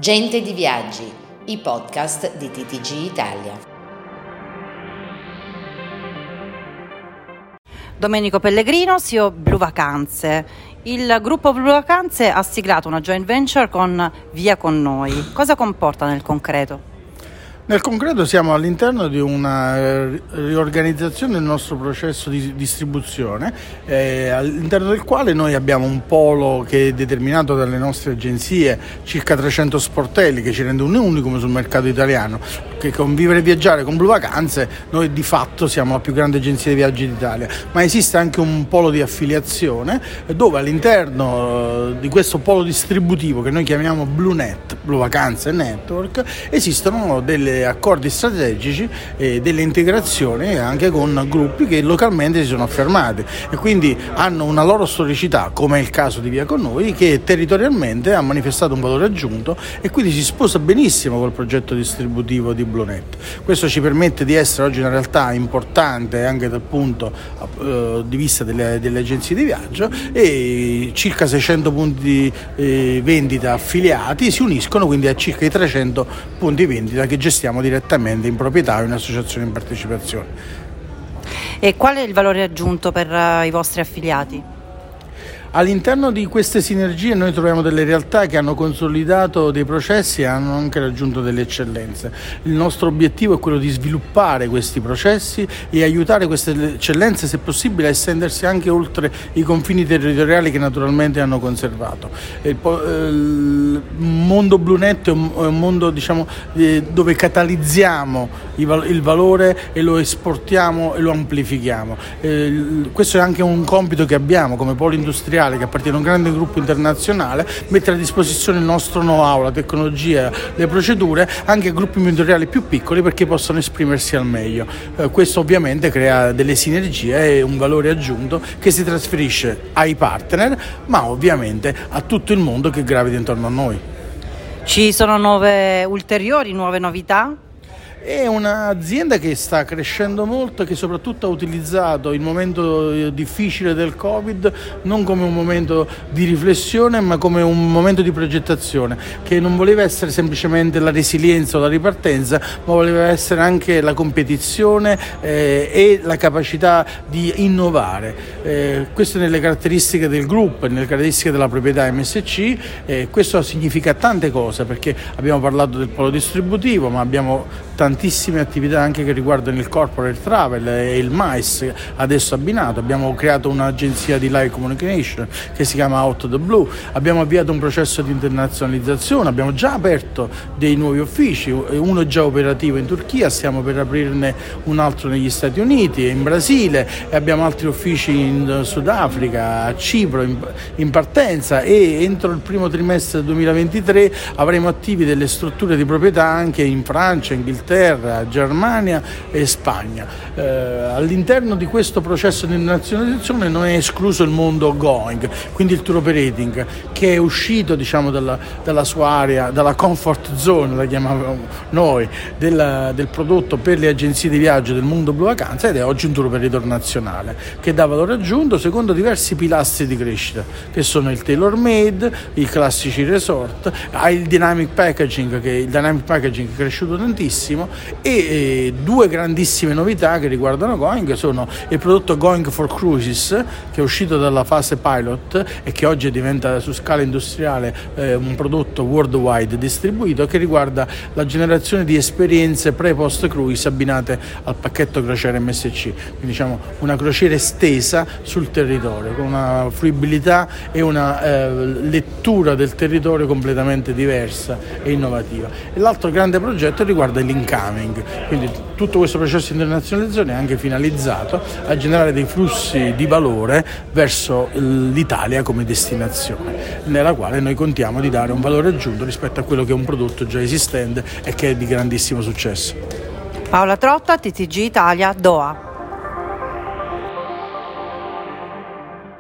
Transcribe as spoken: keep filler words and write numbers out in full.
Gente di Viaggi, i podcast di T T G Italia. Domenico Pellegrino, C E O Blu Vacanze. Il gruppo Blu Vacanze ha siglato una joint venture con Via con Noi. Cosa comporta nel concreto? Nel concreto siamo all'interno di una riorganizzazione del nostro processo di distribuzione, eh, all'interno del quale noi abbiamo un polo che è determinato dalle nostre agenzie, circa trecento sportelli, che ci rende un unicum sul mercato italiano, che con Vivere e Viaggiare con Blu Vacanze noi di fatto siamo la più grande agenzia di viaggi d'Italia, ma esiste anche un polo di affiliazione dove all'interno di questo polo distributivo che noi chiamiamo BluNet, Blu Vacanze Network, esistono delle accordi strategici e delle integrazioni anche con gruppi che localmente si sono affermati e quindi hanno una loro storicità, come è il caso di Via con Noi, che territorialmente ha manifestato un valore aggiunto e quindi si sposa benissimo col progetto distributivo di BluNet. Questo ci permette di essere oggi una realtà importante anche dal punto eh, di vista delle, delle agenzie di viaggio, e circa seicento punti di eh, vendita affiliati si uniscono quindi a circa i trecento punti vendita che gestiamo direttamente in proprietà o in associazione in partecipazione. E qual è il valore aggiunto per uh, i vostri affiliati? All'interno di queste sinergie noi troviamo delle realtà che hanno consolidato dei processi e hanno anche raggiunto delle eccellenze. Il nostro obiettivo è quello di sviluppare questi processi e aiutare queste eccellenze, se possibile, a estendersi anche oltre i confini territoriali che naturalmente hanno conservato. Il mondo BluNet è un mondo, diciamo, dove catalizziamo il valore e lo esportiamo e lo amplifichiamo. Questo è anche un compito che abbiamo come polo industriale, che appartiene a un grande gruppo internazionale, mettere a disposizione il nostro know-how, la tecnologia, le procedure anche a gruppi imprenditoriali più piccoli perché possano esprimersi al meglio. Eh, questo ovviamente crea delle sinergie e un valore aggiunto che si trasferisce ai partner, ma ovviamente a tutto il mondo che gravita intorno a noi. Ci sono nuove ulteriori, nuove novità? È un'azienda che sta crescendo molto e che soprattutto ha utilizzato il momento difficile del Covid non come un momento di riflessione ma come un momento di progettazione, che non voleva essere semplicemente la resilienza o la ripartenza, ma voleva essere anche la competizione eh, e la capacità di innovare. Eh, questo nelle caratteristiche del gruppo, nelle caratteristiche della proprietà M S C. Eh, questo significa tante cose, perché abbiamo parlato del polo distributivo, ma abbiamo tantissime attività anche che riguardano il corporate travel e il mais adesso abbinato. Abbiamo creato un'agenzia di live communication che si chiama Out the Blue, abbiamo avviato un processo di internazionalizzazione, abbiamo già aperto dei nuovi uffici, uno è già operativo in Turchia, stiamo per aprirne un altro negli Stati Uniti e in Brasile, e abbiamo altri uffici in Sudafrica, a Cipro in, in partenza, e entro il primo trimestre del duemilaventitré avremo attivi delle strutture di proprietà anche in Francia, Inghilterra, Germania e Spagna. Eh, all'interno di questo processo di internazionalizzazione non è escluso il mondo going, quindi il tour operating, che è uscito, diciamo, dalla, dalla sua area, dalla comfort zone, la chiamiamo noi, della, del prodotto per le agenzie di viaggio del mondo Blu Vacanze, ed è oggi un tour operator nazionale che dà valore aggiunto secondo diversi pilastri di crescita, che sono il tailor made, i classici resort, ha il dynamic packaging, che il dynamic packaging è cresciuto tantissimo, e eh, due grandissime novità che riguardano Going sono il prodotto Going for Cruises, che è uscito dalla fase pilot e che oggi diventa su scala industriale eh, un prodotto worldwide distribuito, che riguarda la generazione di esperienze pre-post cruise abbinate al pacchetto crociera M S C, quindi diciamo una crociera estesa sul territorio con una fruibilità e una eh, lettura del territorio completamente diversa e innovativa. E l'altro grande progetto riguarda l'incoming, quindi tutto questo processo di internazionalizzazione è anche finalizzato a generare dei flussi di valore verso l'Italia come destinazione, nella quale noi contiamo di dare un valore aggiunto rispetto a quello che è un prodotto già esistente e che è di grandissimo successo. Paola Trotta, T T G Italia, Doha.